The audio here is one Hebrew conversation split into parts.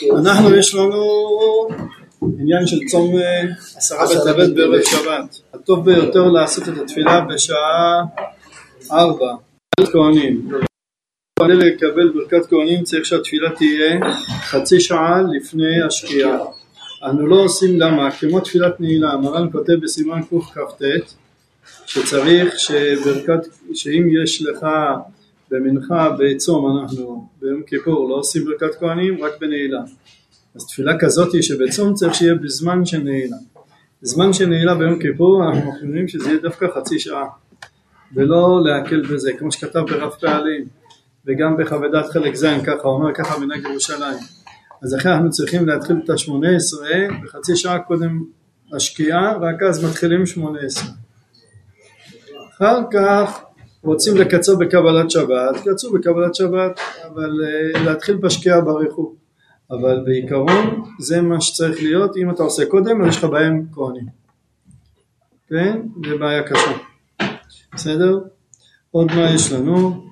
אנחנו יש לנו עניין של צום 10 בטבת בערב שבת. הטוב ביותר לעשות את התפילה בשעה 4. כהנים. כדי לקבל ברכת כהנים צריך שהתפילה תהיה חצי שעה לפני השקיעה. אנחנו לא עושים למה, כמו תפילת נעילה. מרן כותב בסימן קכ"ט שצריך שאם יש לך במנחה בצום, אנחנו ביום כיפור לא עושים ברכת כהנים, רק בנעילה. אז תפילה כזאת היא שבצום צריך שיהיה בזמן של נעילה. בזמן של נעילה ביום כיפור אנחנו מכנינים שזה יהיה דווקא חצי שעה, ולא להקל בזה, כמו שכתב ברב פעלים, וגם בחוות חלק ז' ככה, אומר ככה מנהג ירושלים. אז אחרי אנחנו צריכים להתחיל את ה-18 בחצי שעה קודם השקיעה, רק אז מתחילים 18. אחר כך רוצים לקצר בקבלת שבת, קצרו בקבלת שבת, אבל להתחיל בשקיעה בריחוק. אבל בעיקרון זה מה שצריך להיות. אם אתה עושה קודם, יש לך בהם כהנים. כן? זה בעיה קשה. בסדר? עוד מה יש לנו?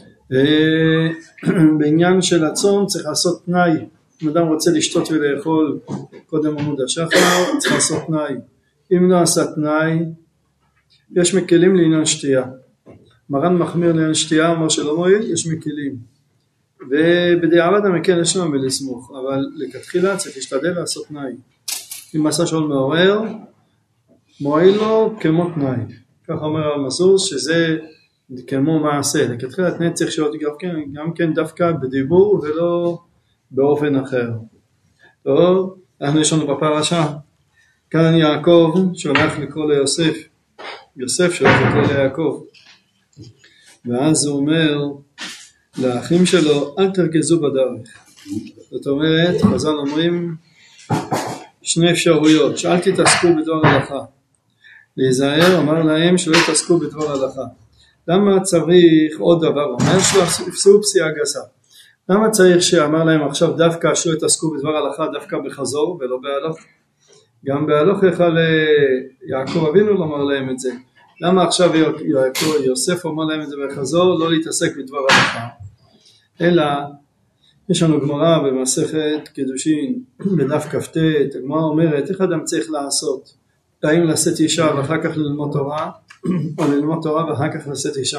בעניין של הצום צריך לעשות תנאי. אם אדם רוצה לשתות ולאכול קודם עמוד השחר, צריך לעשות תנאי. אם לא עשה תנאי, יש מקלים לעניין שתייה. מרן מחמיר לעניין שתייה, אמר שלא מועיל, יש מקלים. ובדיעבד המקל יש לנו מלסמוך, אבל לכתחילה צריך להשתדל לעשות תנאי. אם עשה שעון מעורר, מועיל לו כמו תנאי. כך אומר המסור שזה כמו מעשה. לכתחילה תנאי צריך להיות גם כן דווקא בדיבור ולא באופן אחר. טוב, אנחנו יש לנו בפרשה. כאן יעקב שולח לקרוא ליוסף. יוסף שולח לקרוא ליעקב. ואז הוא אומר לאחים שלו, אל תרגזו בדרך. זאת אומרת, חז"ל אומרים שני אפשרויות, שאל תתעסקו בדבר הלכה. להיזהר, אמר להם שלא יתעסקו בדבר הלכה. למה צריך עוד דבר? אומר שיפסו פסיעה גסה. למה צריך שאמר להם עכשיו דווקא שלא יתעסקו בדבר הלכה, דווקא בחזור ולא בהלוך? גם בהלוך יכל יעקב אבינו לומר להם את זה. למה עכשיו יוסף אומר להם את זה בחזור, לא להתעסק בדבר הלכה? אלא יש לנו גמרא במסכת קידושין בדף כ"ט, הגמרא אומרת איך אדם צריך לעשות? האם לשאת אישה ואחר כך ללמוד תורה, או ללמוד תורה ואחר כך לשאת אישה?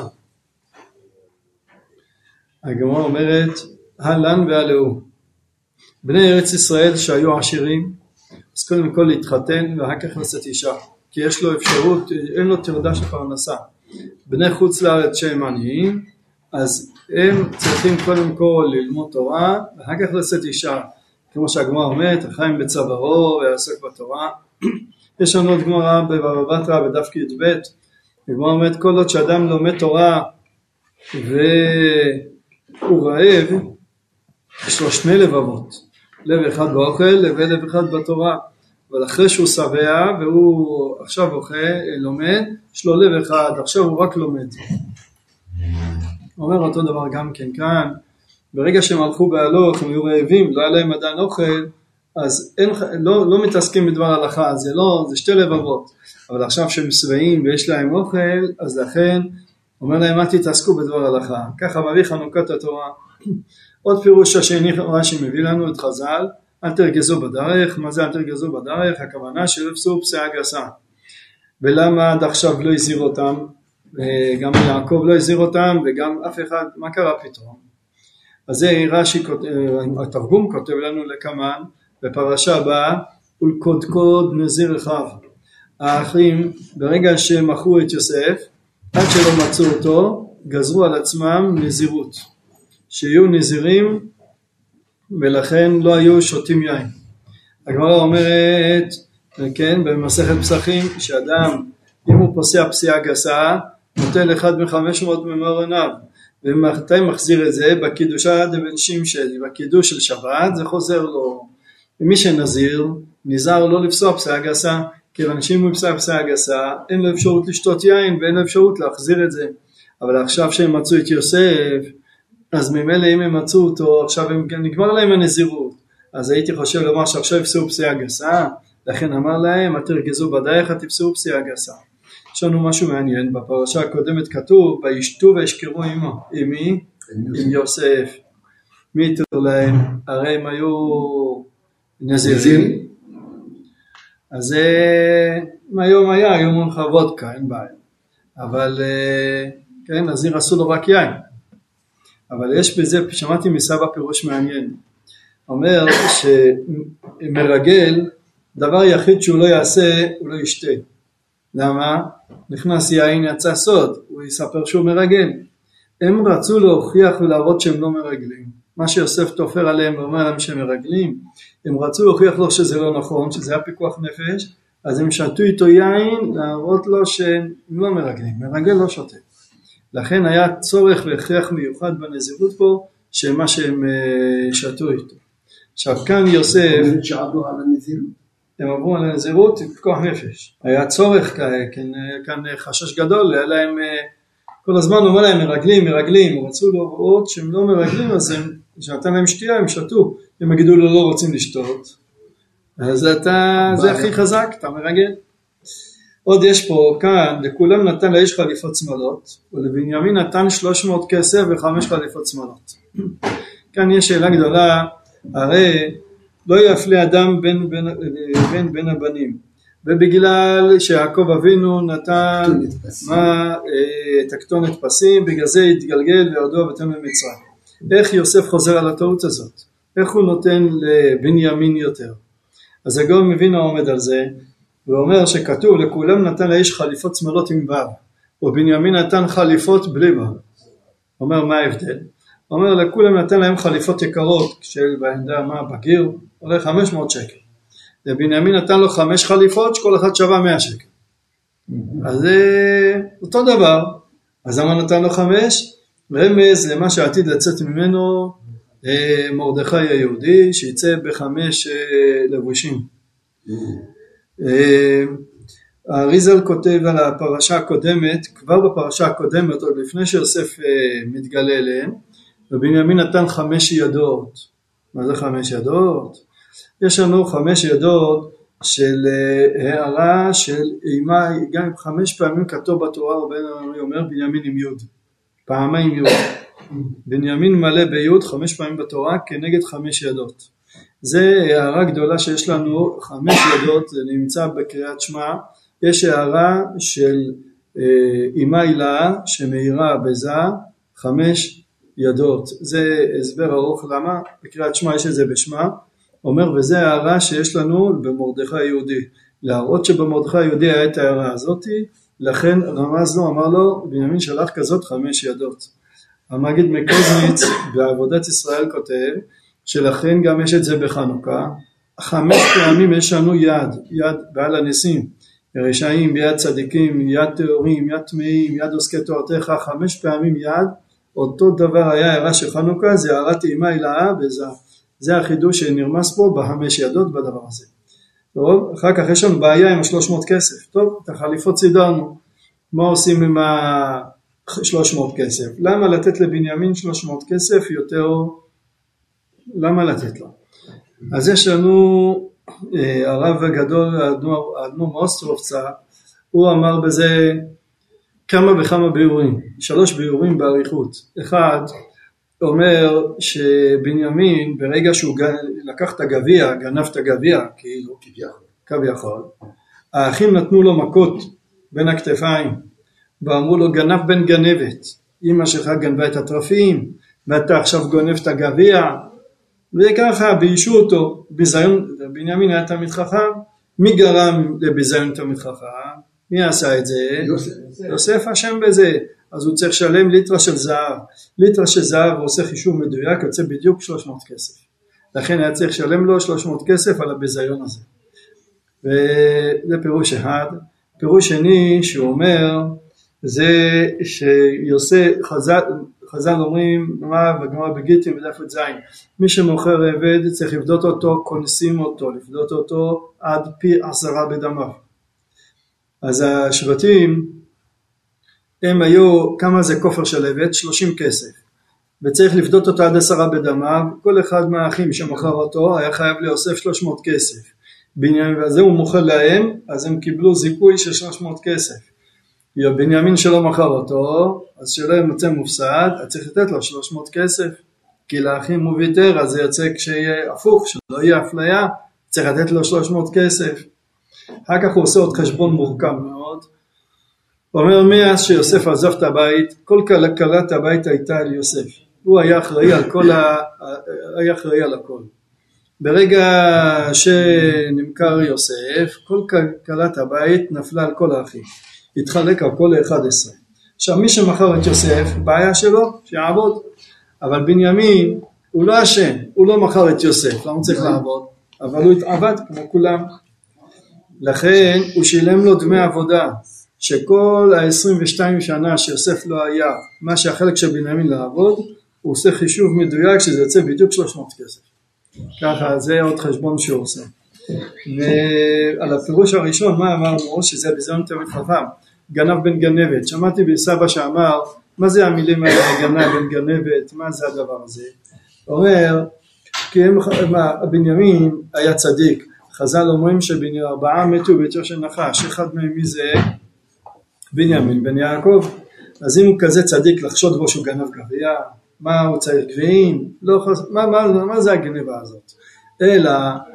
הגמרא אומרת הלן והלאו, בני ארץ ישראל שהיו עשירים, אז קודם כל להתחתן ואחר כך לשאת אישה, כי יש לו אפשרות, אין לו תרדה של פרנסה. בני חוץ לארץ שהם עניים, אז הם צריכים קודם כל ללמוד תורה ואחר כך לשאת אישה, כמו שהגמרא אומרת החיים בצווארו ויעסוק בתורה. יש לנו עוד גמרא בבבא בתרא בדף י"ב, הגמרא אומרת כל עוד שאדם לומד תורה והוא רעב, יש לו שני לבבות, לב אחד באוכל ולב אחד בתורה. אבל אחרי שהוא שבע והוא עכשיו אוכל, לומד, יש לו לב אחד, עכשיו הוא רק לומד. אומר אותו דבר גם כן כאן, ברגע שהם הלכו בהלוך, הם היו רעבים, לא היה להם עדיין אוכל, אז לא מתעסקים בדבר הלכה, זה שתי לבבות. אבל עכשיו שהם שבעים ויש להם אוכל, אז לכן אומר להם מה תתעסקו בדבר הלכה. ככה מביא חנוכת התורה. עוד פירוש השני רש"י מביא לנו את חז"ל, אל תרגזו בדרך. מה זה אל תרגזו בדרך? הכוונה שלא יפסו פסיעה גסה. ולמה עד עכשיו לא הזהיר אותם? גם יעקב לא הזהיר אותם, וגם אף אחד, מה קרה פתאום? אז זה רש"י, התרגום כותב לנו לקמן, בפרשה הבאה, ולקודקוד נזיר אחיו. האחים, ברגע שהם מכרו את יוסף, עד שלא מצאו אותו, גזרו על עצמם נזירות. שיהיו נזירים, ולכן לא היו שותים יין. הגמרא אומרת, כן, במסכת פסחים, שאדם, אם הוא פוסע פסיעה גסה, נוטל 1 מ-500 ממאור עיניו, ומתי מחזיר את זה? בקידושה דבן שמשי, בקידוש של שבת, זה חוזר לו. ומי שנזיר, נזהר לא לפסוע פסיעה גסה, כי אנשים הוא פסיעה גסה, אין לו אפשרות לשתות יין, ואין לו אפשרות להחזיר את זה. אבל עכשיו שהם מצאו את יוסף, אז ממילא אם הם מצאו אותו, עכשיו נגמר להם הנזירות. אז הייתי חושב לומר שעכשיו יפסעו פסיעה גסה, לכן אמר להם, תרגזו בדרך, תפסעו פסיעה גסה. יש לנו משהו מעניין, בפרשה הקודמת כתוב, וישתו וישכרו עמו, עם מי? עם יוסף. מי יתר להם? הרי הם היו נזירים, אז אם היום היו מרחבות כאן, אין בעיה, אבל כן, נזיר עשו לו רק יין, אבל יש בזה, שמעתי מסבא פירוש מעניין, אומר שמרגל, דבר יחיד שהוא לא יעשה, הוא לא ישתה. למה? נכנס יין, יצא סוד, הוא יספר שהוא מרגל. הם רצו להוכיח ולהראות שהם לא מרגלים. מה שיוסף תופר עליהם ואומר להם שהם מרגלים, הם רצו להוכיח לו שזה לא נכון, שזה היה פיקוח נפש, אז הם שתו איתו יין להראות לו שהם לא מרגלים. מרגל לא שותה. לכן היה צורך והכרח מיוחד בנזירות פה, שמה שהם שתו איתו. עכשיו כאן יוסף, שעברו על הנזירות. הם עברו על הנזירות עם פיקוח נפש. היה צורך כאן חשש גדול, היה להם, כל הזמן אומר להם מרגלים, רצו לראות שהם לא מרגלים, אז הם, כשנתן להם שתייה הם שתו, הם יגידו לו לא רוצים לשתות, אז זה הכי חזק, אתה מרגל. עוד יש פה כאן, לכולם נתן לאיש חליפות שמאלות, ולבנימין נתן 300 כסף ו5 חליפות שמאלות. כאן יש שאלה גדולה, הרי לא יפלה אדם בין הבנים, ובגלל שיעקב אבינו נתן את הכתונת פסים, בגלל זה התגלגל וירדו אבותינו למצרים. איך יוסף חוזר על הטעות הזאת? איך הוא נותן לבנימין יותר? אז הגאון מווילנה עומד על זה, ואומר שכתוב לכולם נתן לאיש חליפות שמאלות עם וו, ובנימין נתן חליפות בלי וו. אומר מה ההבדל? אומר לכולם נתן להם חליפות יקרות, של בעמדה מה בגיר, עולה 500 שקל. לבנימין נתן לו 5 חליפות, שכל אחד שווה 100 שקל. אז זה אותו דבר. אז למה נתן לו 5? רמז למה שעתיד לצאת ממנו מרדכי היהודי, שיצא ב5 לבושים. האריזל כותב על הפרשה הקודמת, כבר בפרשה הקודמת, עוד לפני שיוסף מתגלה אליהם, ובנימין נתן 5 ידות. מה זה 5 ידות? יש לנו 5 ידות של הערה של אימה, גם 5 פעמים כתוב בתורה, רבנו אומר בנימין עם יוד, פעמיים יוד. בנימין מלא ביוד 5 פעמים בתורה כנגד 5 ידות. זה הערה גדולה שיש לנו, 5 ידות, זה נמצא בקריאת שמע, יש הערה של אימה הילה שמאירה בזה 5 ידות. זה הסבר ארוך למה, בקריאת שמע יש את זה בשמה, אומר וזה הערה שיש לנו במרדכי היהודי, להראות שבמרדכי היהודי היה את הערה הזאת, לכן רמז לו, אמר לו, בנימין שלח כזאת 5 ידות. המגיד מקוזניץ בעבודת ישראל כותב, שלכן גם יש את זה בחנוכה, 5 פעמים יש לנו יד בעל הניסים, רשעים, יד צדיקים, יד טהורים, יד טמאים, יד עוסקי תורתך, 5 פעמים יד, אותו דבר היה הערה של חנוכה, זה הערת אימה הילאה, זה החידוש שנרמס פה ב5 ידות בדבר הזה. טוב, אחר כך יש לנו בעיה עם 300 כסף, טוב, את החליפות סידרנו, מה עושים עם 300 כסף? למה לתת לבנימין 300 כסף יותר, למה לתת לו? אז יש לנו הרב הגדול, האדמו"ר מאוסטרובצה, הוא אמר בזה כמה וכמה ביאורים, 3 ביאורים באריכות. אחד, אומר שבנימין ברגע שהוא לקח את הגביע, גנב את הגביע, כאילו, כביכול, האחים נתנו לו מכות בין הכתפיים, ואמרו לו גנב בן גנבת, אמא שלך גנבה את הטרפים, ואתה עכשיו גונב את הגביע, וככה ביישו אותו, ביזיון, בנימין היה תמיד חכם, מי גרם לביזיון תמיד חכם? מי עשה את זה? יוסף אשם בזה, אז הוא צריך לשלם ליטרה של זהב, ליטרה של זהב הוא עושה חישוב מדויק, יוצא בדיוק 300 כסף, לכן היה צריך לשלם לו 300 כסף על הביזיון הזה, וזה פירוש אחד. פירוש שני שהוא אומר, זה שיוסף, חז"ל אומרים, בגמרא בגיטין בדף י"ז, מי שמוכר עבד צריך לפדות אותו, כונסים אותו, לפדות אותו עד פי 10 בדמיו. אז השבטים, הם היו, כמה זה כופר של עבד? 30 כסף. וצריך לפדות אותו עד 10 בדמיו, כל אחד מהאחים שמוכר אותו היה חייב ליוסף 300 כסף. בנימין, וזה הוא מוכר להם, אז הם קיבלו זיכוי של 300 כסף. בנימין שלא מכר אותו, אז שלא ימצא מופסד, אז צריך לתת לו 300 כסף. כי לאחים הוא ויתר, אז זה יוצא כשיהיה הפוך, שלא יהיה אפליה, צריך לתת לו 300 כסף. אחר כך הוא עושה עוד חשבון מורכב מאוד, הוא אומר מאז שיוסף עזב את הבית, כל כלכלת הבית הייתה על יוסף, הוא היה אחראי על הכל. ברגע שנמכר יוסף, כל כלכלת הבית נפלה על כל האחים, התחלק על כל 11. עכשיו מי שמכר את יוסף, בעיה שלו, שיעבוד, אבל בנימין הוא לא אשם, הוא לא מכר את יוסף, למה צריך לעבוד? אבל הוא התעבד כמו כולם, לכן הוא שילם לו דמי עבודה, שכל ה-22 שנה שיוסף לא היה, מה שהחלק של בנימין לעבוד, הוא עושה חישוב מדויק שזה יוצא בדיוק 300 כסף. ככה, זה עוד חשבון שהוא עושה. ועל הפירוש הראשון, מה אמרנו? שזה ביזיון תלמיד חכם, גנב בן גנבת. שמעתי בסבא שאמר, מה זה המילים האלה, גנב בן גנבת, מה זה הדבר הזה? אומר, כי בנימין היה צדיק, חז"ל אומרים ש4 מתו ביתו של נחש, אחד מהם מי זה? בנימין בן יעקב. אז אם הוא כזה צדיק לחשוד בו שהוא גנב גביע, מה הוא צריך גביעים? לא, מה זה הגניבה הזאת? אלא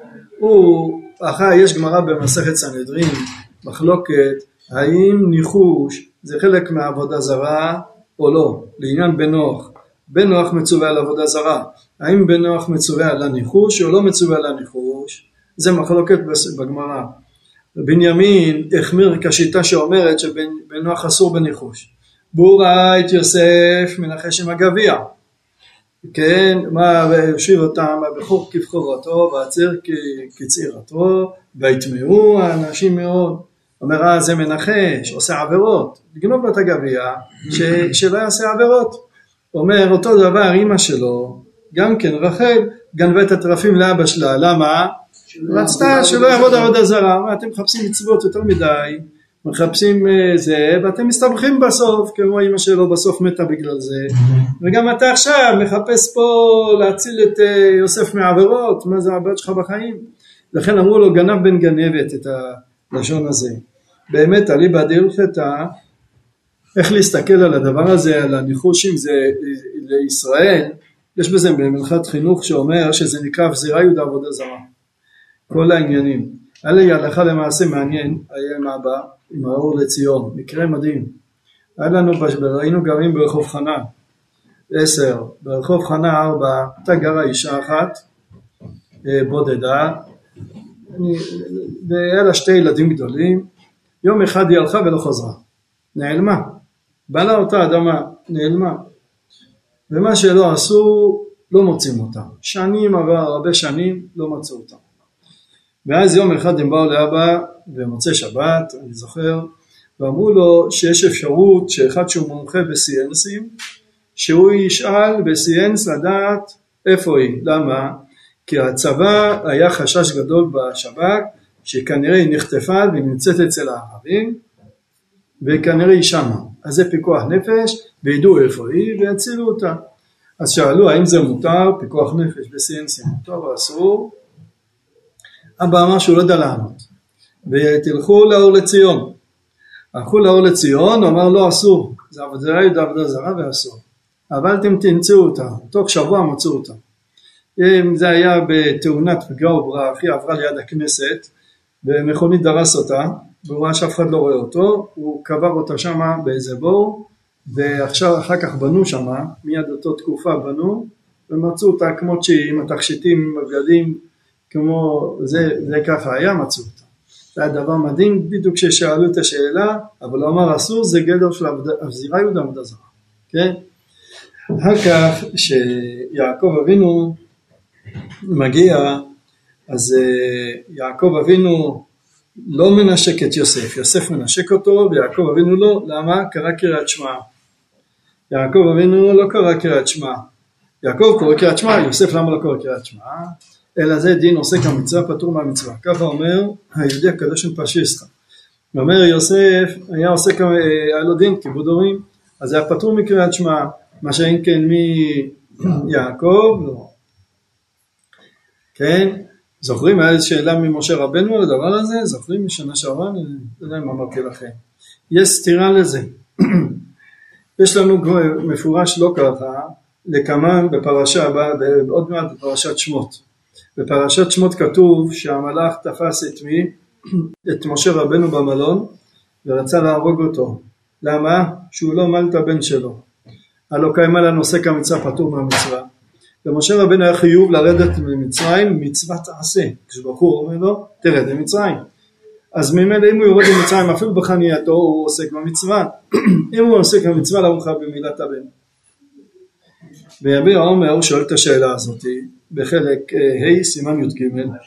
יש גמרא במסכת סנהדרין, מחלוקת, האם ניחוש זה חלק מהעבודה זרה או לא, לעניין בנוח. בנוח מצווה על עבודה זרה, האם בנוח מצווה על הניחוש או לא מצווה על הניחוש? זה מחלוקת בגמרא. בנימין החמיר כשיטה שאומרת שבנוח אסור בניחוש. והוא ראה את יוסף מנחש עם הגביע, כן, מה ויושיב אותם, הבכור כבכורתו והצעיר כצעירתו, והתמהו האנשים מאוד. אומר, זה מנחש, עושה עבירות, לגנוב לו את הגביע, שלא יעשה עבירות. אומר, אותו דבר, אמא שלו, גם כן רחל, גנבה את הטרפים לאבא שלה, למה? רצתה שלא יעבוד עבודה זרה, אתם מחפשים מצוות יותר מדי, מחפשים זה, ואתם מסתבכים בסוף, כמו אמא שלו בסוף מתה בגלל זה, וגם אתה עכשיו מחפש פה להציל את יוסף מעבירות, מה זה העבוד שלך בחיים? לכן אמרו לו גנב בן גנבת את הלשון הזה. באמת עלי בהלכתה, איך להסתכל על הדבר הזה, על הניחושים, זה לישראל, יש בזה במלכת חינוך שאומר שזה נקרא זרע יהודה עבודה זרה. כל העניינים. עלי הלכה למעשה מעניין, היה עם אבא, עם האור לציון, מקרה מדהים. היינו גרים ברחוב חנה, 10, ברחוב חנה 4, הייתה גרה אישה אחת, בודדה, והיה לה 2 ילדים גדולים, יום אחד היא הלכה ולא חזרה, נעלמה, בלה אותה אדמה, נעלמה, ומה שלא עשו, לא מוצאים אותה, שנים עבר, הרבה שנים, לא מצאו אותה. ואז יום אחד הם באו לאבא במוצאי שבת, אני זוכר, ואמרו לו שיש אפשרות שאחד שהוא מומחה בסיאנסים, שהוא ישאל בסיאנס לדעת איפה היא. למה? כי הצבא היה חשש גדול בשב"כ, שכנראה היא נחטפה והיא נמצאת אצל הערבים, וכנראה היא שמה. אז זה פיקוח נפש, וידעו איפה היא ויצילו אותה. אז שאלו האם זה מותר, פיקוח נפש בסיאנסים, מותר או אסור? אבא אמר שהוא לא יודע לענות, ותלכו לאור לציון. הלכו לאור לציון, הוא אמר לא אסור, זה עבודה יהודה עבודה זרה ואסור, אבל אתם תמצאו אותה, תוך שבוע מצאו אותה. זה היה בתאונת פגע וברח, היא עברה ליד הכנסת, ומכונית דרס אותה, והוא ראה שאף אחד לא רואה אותו, הוא קבר אותה שמה באיזה בור, ועכשיו אחר כך בנו שמה, מיד אותו תקופה בנו, ומצאו אותה כמו שהיא, עם התכשיטים, עם הבגדים, כמו זה ככה היה, מצאו אותה. זה היה דבר מדהים, בדיוק כששאלו את השאלה, אבל הוא אמר אסור, זה גדר של זרע יהודה עבודה זרה. כן? אחר כך שיעקב אבינו מגיע, אז יעקב אבינו לא מנשק את יוסף, יוסף מנשק אותו ויעקב אבינו לא. למה? קרא קריאת שמע. יעקב אבינו לא קרא קריאת שמע, יעקב קורא קריאת שמע, יוסף למה לא קורא קריאת שמע? אלא זה דין עוסק המצווה פטור מהמצווה. ככה אומר היהודי הקדוש פשיסטה. אומר יוסף היה עוסק, היה לו דין כיבוד הורים, אז היה פטור מקריאת שמע, מה שאין כן מיעקב לא. כן, זוכרים? היה שאלה ממשה רבנו על הדבר הזה, זוכרים משנה שעברה? אני לא יודע אם אמרתי לכם. יש סתירה לזה. יש לנו מפורש לא ככה, לקמן בפרשה הבאה, עוד מעט בפרשת שמות. בפרשת שמות כתוב שהמלאך תפס את מי? את משה רבנו במלון ורצה להרוג אותו. למה? שהוא לא מל את הבן שלו. הלא קיימה לנו עושה כמצווה פטור מהמצווה. ומשה רבנו היה חיוב לרדת ממצרים מצווה תעשה. כשבחור אומר לו תרד למצרים. אז ממילא אם הוא יורד למצרים אפילו בחנייתו הוא עוסק במצווה. אם הוא עוסק במצווה לא חייב במילת הבן. ויביע עומר הוא שואל את השאלה הזאת בחלק ה' סימן י"ג.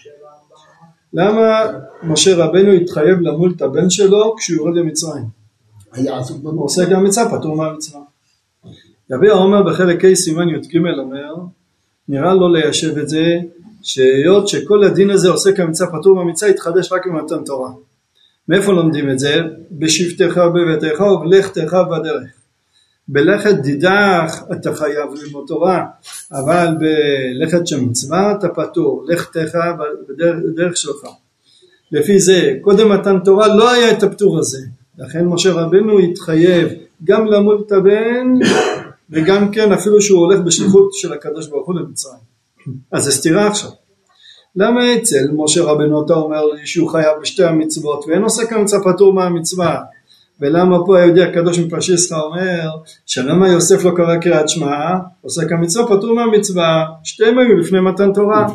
למה משה רבנו התחייב למול את הבן שלו כשהוא יורד למצרים? הוא עושה גם מצווה פטור מהמצווה. יביע עומר בחלק ה' סימן י"ג אומר נראה לו ליישב את זה שהיות שכל הדין הזה עושה כמצווה פטור מהמצווה יתחדש רק במתן תורה. מאיפה לומדים את זה? בשבתך בביתך ובלכתך בדרך. בלכת דידך אתה חייב ללמוד תורה, אבל בלכת שמצווה אתה פטור, לכתך בדרך שלך. לפי זה קודם מתן תורה לא היה את הפטור הזה, לכן משה רבנו התחייב גם למול את הבן וגם כן אפילו שהוא הולך בשליחות של הקדוש ברוך הוא למצרים. אז זה סתירה עכשיו. למה אצל משה רבנו אתה אומר לי שהוא חייב בשתי המצוות ואין עושה כמצווה פטור מהמצווה? ולמה פה היהודי הקדוש מפשיסטה אומר שלמה יוסף לא קרא קריאת שמע, עושה כמצווה פטור מהמצווה, שתיהם היו לפני מתן תורה.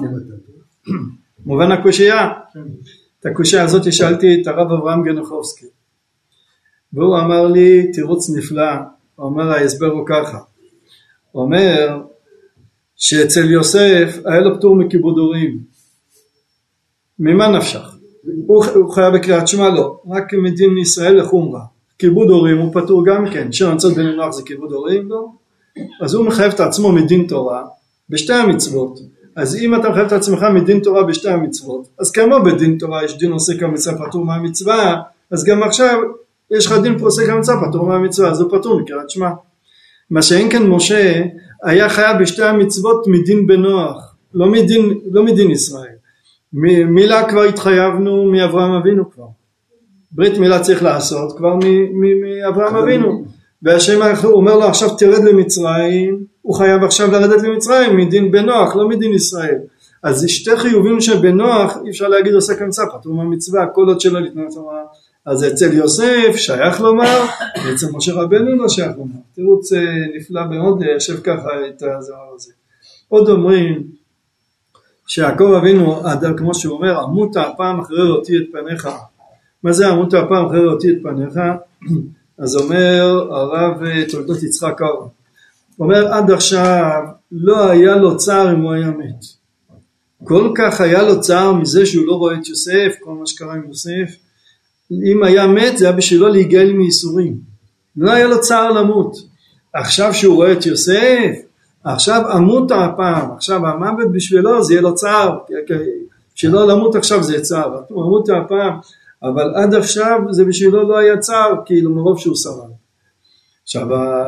מובן הקושייה. את הקושייה הזאת שאלתי את הרב אברהם גנוחובסקי והוא אמר לי תירוץ נפלא. הוא אומר ההסבר הוא ככה, הוא אומר שאצל יוסף היה לו פטור מכיבוד הורים. ממה נפשך? הוא חייב בקריאת שמע לא, רק מדין ישראל לחומרה. כיבוד הורים הוא פטור גם כן, שמצות בן נוח זה כיבוד הורים לא? אז הוא מחייב את עצמו מדין תורה בשתי המצוות. אז אם אתה מחייב את עצמך מדין תורה בשתי המצוות, אז כמו בדין תורה יש דין עושה כמצווה פטור מהמצווה, אז גם עכשיו יש לך דין עושה כמצווה פטור מהמצווה, אז הוא פטור מקריאת שמע. מה שאין כן משה היה חייב בשתי המצוות מדין בנוח, לא מדין ישראל. מילה כבר התחייבנו מאברהם אבינו כבר. ברית מילה צריך לעשות כבר מאברהם אבינו. והשם אומר לו עכשיו תרד למצרים, הוא חייב עכשיו לרדת למצרים מדין בנוח, לא מדין ישראל. אז זה שתי חיובים שבנוח אי אפשר להגיד עושה כמצווה פטור מהמצווה, כל עוד שלא לפני תורה. אז אצל יוסף שייך לומר, ואצל משה רבנו לא שייך לומר. תירוץ נפלא מאוד ישב ככה את הדבר הזה. עוד אומרים שיעקב אבינו, כמו שהוא אומר, עמות הפעם אחרי אותי את פניך. מה זה עמות הפעם אחרי אותי את פניך? אז אומר הרב תולדות יצחק אור, אומר עד עכשיו לא היה לו צער אם הוא היה מת. כל כך היה לו צער מזה שהוא לא רואה את יוסף, כל מה שקרה עם יוסף. אם היה מת זה היה בשבילו להיגאל מייסורים. לא היה לו צער למות. עכשיו שהוא רואה את יוסף, עכשיו עמות הפעם, עכשיו המוות בשבילו זה יהיה לו צער, שלא למות עכשיו זה צער, עמות הפעם, אבל עד עכשיו זה בשבילו לא היה צער, כאילו מרוב שהוא סבל. עכשיו,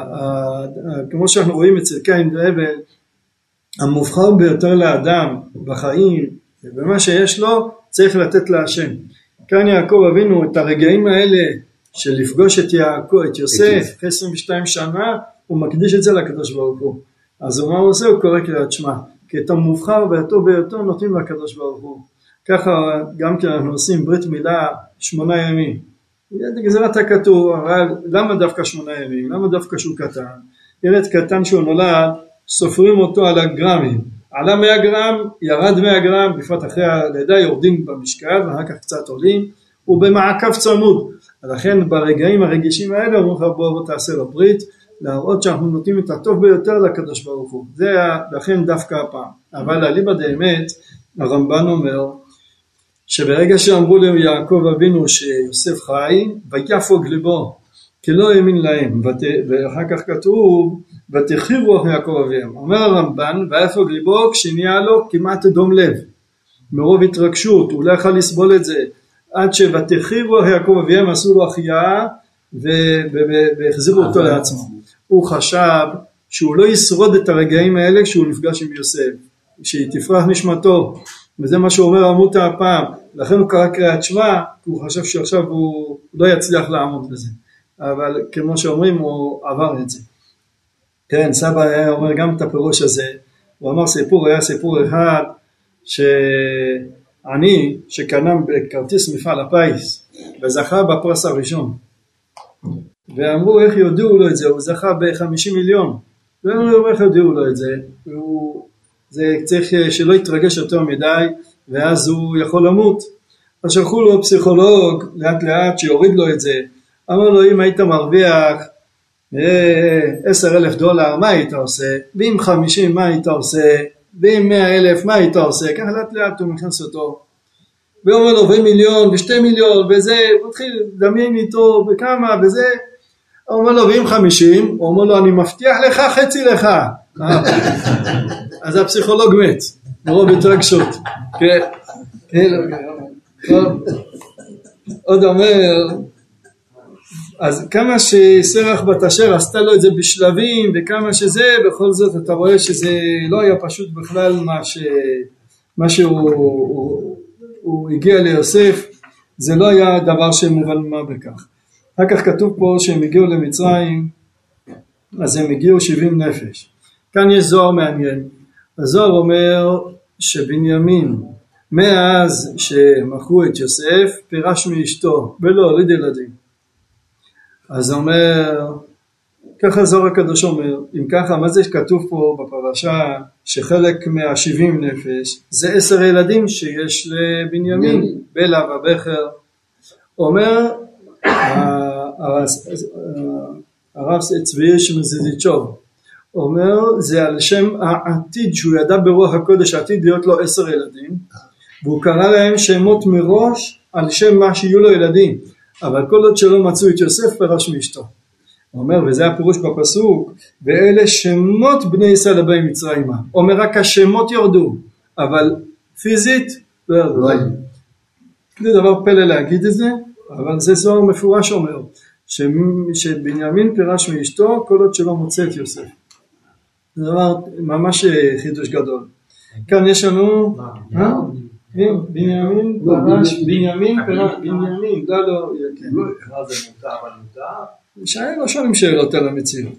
כמו שאנחנו רואים אצל קין והבל, המובחר ביותר לאדם בחיים, ובמה שיש לו, צריך לתת להשם. כאן יעקב אבינו את הרגעים האלה, של לפגוש את יוסף, אחרי 22 שנה, הוא מקדיש את זה לקדוש ברוך הוא. אז מה הוא עושה? הוא קורא קריאת שמע. כי את המובחר והטוב ביותר נותנים לקדוש ברוך הוא. ככה גם כי אנחנו עושים ברית מילה 8 ימים. גזירת הכתוב, אבל למה דווקא 8 ימים? למה דווקא שהוא קטן? ילד קטן שהוא נולד, סופרים אותו על הגרמים. עלה 100 גרם, ירד 100 גרם, בפרט אחרי הלידה יורדים במשקל, ואחר כך קצת עולים, ובמעקב צמוד. לכן ברגעים הרגישים האלה, אומרים לך בוא תעשה לו ברית, להראות שאנחנו נותנים את הטוב ביותר לקדוש ברוך הוא. זה לכן דווקא הפעם. אבל אליבא דאמת, הרמב"ן אומר, שברגע שאמרו ליעקב אבינו שיוסף חי, ויפוג ליבו, כי לא האמין להם, ואחר כך כתוב, ותחיר רוח יעקב אביהם. אומר הרמב"ן, ויפוג ליבו כשנהיה לו כמעט דום לב, מרוב התרגשות, הוא לא יכול לסבול את זה, עד שוותחיר רוח יעקב אביהם עשו לו החייאה, והחזירו אותו לעצמו. הוא חשב שהוא לא ישרוד את הרגעים האלה כשהוא נפגש עם יוסף, שהיא תפרח נשמתו, וזה מה שהוא אומר עמות הפעם, לכן הוא קרא קריאת שמע, כי הוא חשב שעכשיו הוא לא יצליח לעמוד בזה, אבל כמו שאומרים הוא עבר את זה. כן, סבא היה אומר גם את הפירוש הזה, הוא אמר היה סיפור אחד, שאני שקנה בכרטיס מפעל הפיס, וזכה בפרס הראשון, ואמרו איך יודעו לו את זה, הוא זכה ב50 מיליון, ואמרו איך יודעו לו את זה, זה צריך שלא יתרגש יותר מדי, ואז הוא יכול למות, אז שלחו לו פסיכולוג לאט לאט שיוריד לו את זה, אמר לו אם היית מרוויח $10,000 מה היית עושה, ועם 50 מה היית עושה, ועם 100,000 מה היית עושה, ככה לאט לאט הוא מכנס אותו, והוא אומר לו ומיליון ו2 מיליון וזה, הוא מתחיל לדמיין איתו וכמה וזה, הוא אומר לו ועם 50, הוא אומר לו אני מבטיח לך חצי לך, אז הפסיכולוג מת, מרוב התרגשות, כן, עוד אומר, אז כמה שסרח בת אשר עשתה לו את זה בשלבים וכמה שזה, בכל זאת אתה רואה שזה לא היה פשוט בכלל מה שהוא הגיע ליוסף, זה לא היה דבר שמובן מה בכך. אחר כך כתוב פה שהם הגיעו למצרים, אז הם הגיעו 70 נפש. כאן יש זוהר מעניין, הזוהר אומר שבנימין מאז שמכרו את יוסף פירש מאשתו ולא הוליד ילדים. אז אומר, ככה זוהר הקדוש אומר, אם ככה, מה זה כתוב פה בפרשה, שחלק מה70 נפש, זה 10 ילדים שיש לבנימין, בלה ובכר, אומר, הרב צבי שמזידיצ'וב, אומר, זה על שם העתיד, שהוא ידע ברוח הקודש, העתיד להיות לו 10 ילדים, והוא קרא להם שמות מראש, על שם מה שיהיו לו ילדים, אבל כל עוד שלא מצאו את יוסף פרש מאשתו. הוא אומר, וזה הפירוש בפסוק, ואלה שמות בני ישראל לבאים מצרימה. אומר רק השמות ירדו, אבל פיזית לא ירדו. זה דבר פלא להגיד את זה, אבל זה זוהר מפורש אומר, שבנימין פרש מאשתו כל עוד שלא מוצא את יוסף. זה דבר ממש חידוש גדול. כאן יש לנו... בנימין פרש, בנימין, לא, זה מותר, אבל מותר? לא שואלים שאלות על המציאות.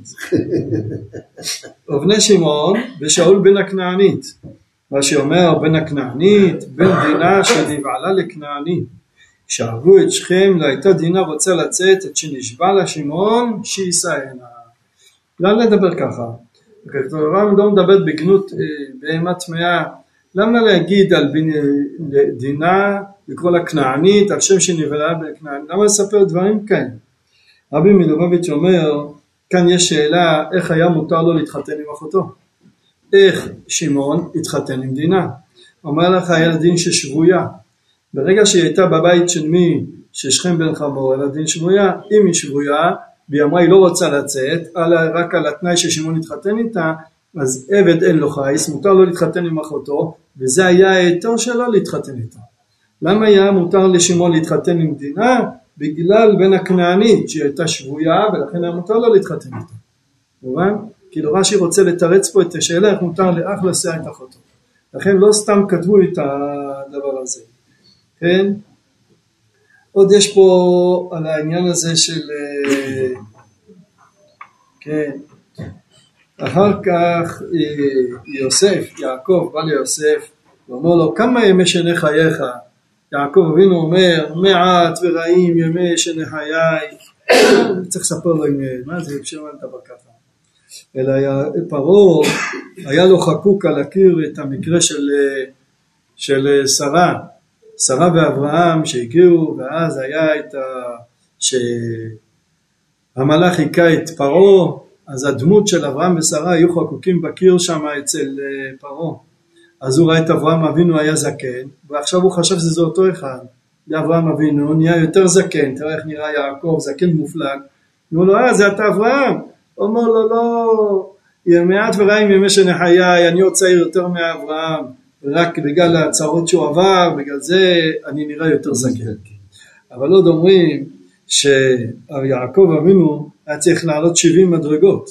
ובני שמעון ושאול בן הכנענית, מה שאומר בן הכנענית, בן דינה שנבעלה לכנעני, שאהבו את שכם, להייתה דינה רוצה לצאת, את שנשבע לה שמעון, שיישא הנה. למה לדבר ככה? הרב לא מדבר בגנות בהמה טמאה, למה להגיד על דינה לקרוא לה כנענית, על שם שנבעלה בכנעני? למה לספר דברים כאן? רבי מלובביץ' אומר, כאן יש שאלה, איך היה מותר לו להתחתן עם אחותו? איך שמעון התחתן עם דינה? אומר לך, היה דין ששבויה. ברגע שהיא הייתה בבית של מי? ששכם בן חמור, היה דין שבויה. אם היא שבויה, והיא אמרה, היא לא רוצה לצאת, רק על התנאי ששמעון התחתן איתה, אז עבד אין לו חייס, מותר לו להתחתן עם אחותו, וזה היה היתר שלו להתחתן איתה. למה היה מותר לשמעון להתחתן עם דינה? בגלל בן הכנענית שהיא הייתה שבויה, ולכן היה מותר לו להתחתן איתה. מובן? כאילו רש"י רוצה לתרץ פה את השאלה, איך מותר לאח לשא את אחותו. לכן לא סתם כתבו את הדבר הזה. כן? עוד יש פה על העניין הזה של... כן. אחר כך יוסף, יעקב בא ליוסף, ואומר לו, כמה ימי שני חייך? יעקב אבינו אומר, מעט ורעים ימי שני חיי. צריך לספר לו מה זה, אפשר מה לדבר ככה. אלא פרעה, היה לו חקוק על הקיר את המקרה של שרה ואברהם שהגיעו, ואז היה את שהמלאך היכה את פרעה, אז הדמות של אברהם ושרה היו חקוקים בקיר שם אצל פרעה. אז הוא ראה את אברהם אבינו היה זקן, ועכשיו הוא חשב שזה אותו אחד. אברהם אבינו נהיה יותר זקן, תראה איך נראה יעקב, זקן מופלג. הוא לא, זה אתה אברהם. הוא אומר לו, לא, מעט ורעים ימי שני חיי, אני עוד צעיר יותר מאברהם, רק בגלל הצרות שהוא עבר, בגלל זה אני נראה יותר זקן. אבל עוד אומרים שיעקב אבינו היה צריך לעלות 70 מדרגות.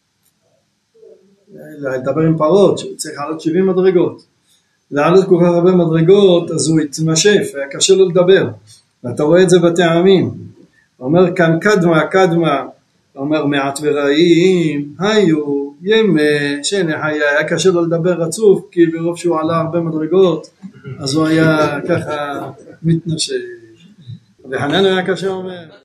לדבר עם פרות, צריך לעלות 70 מדרגות. לעלות כל כך הרבה מדרגות, אז הוא התמשף, היה קשה לו לדבר. ואתה רואה את זה בטעמים. הוא אומר כאן קדמה, אומר מעט ורעים, היו, היה קשה לו לדבר רצוף, כי ברוב שהוא עלה הרבה מדרגות, אז הוא היה ככה מתנשף. וחנן היה קשה אומר.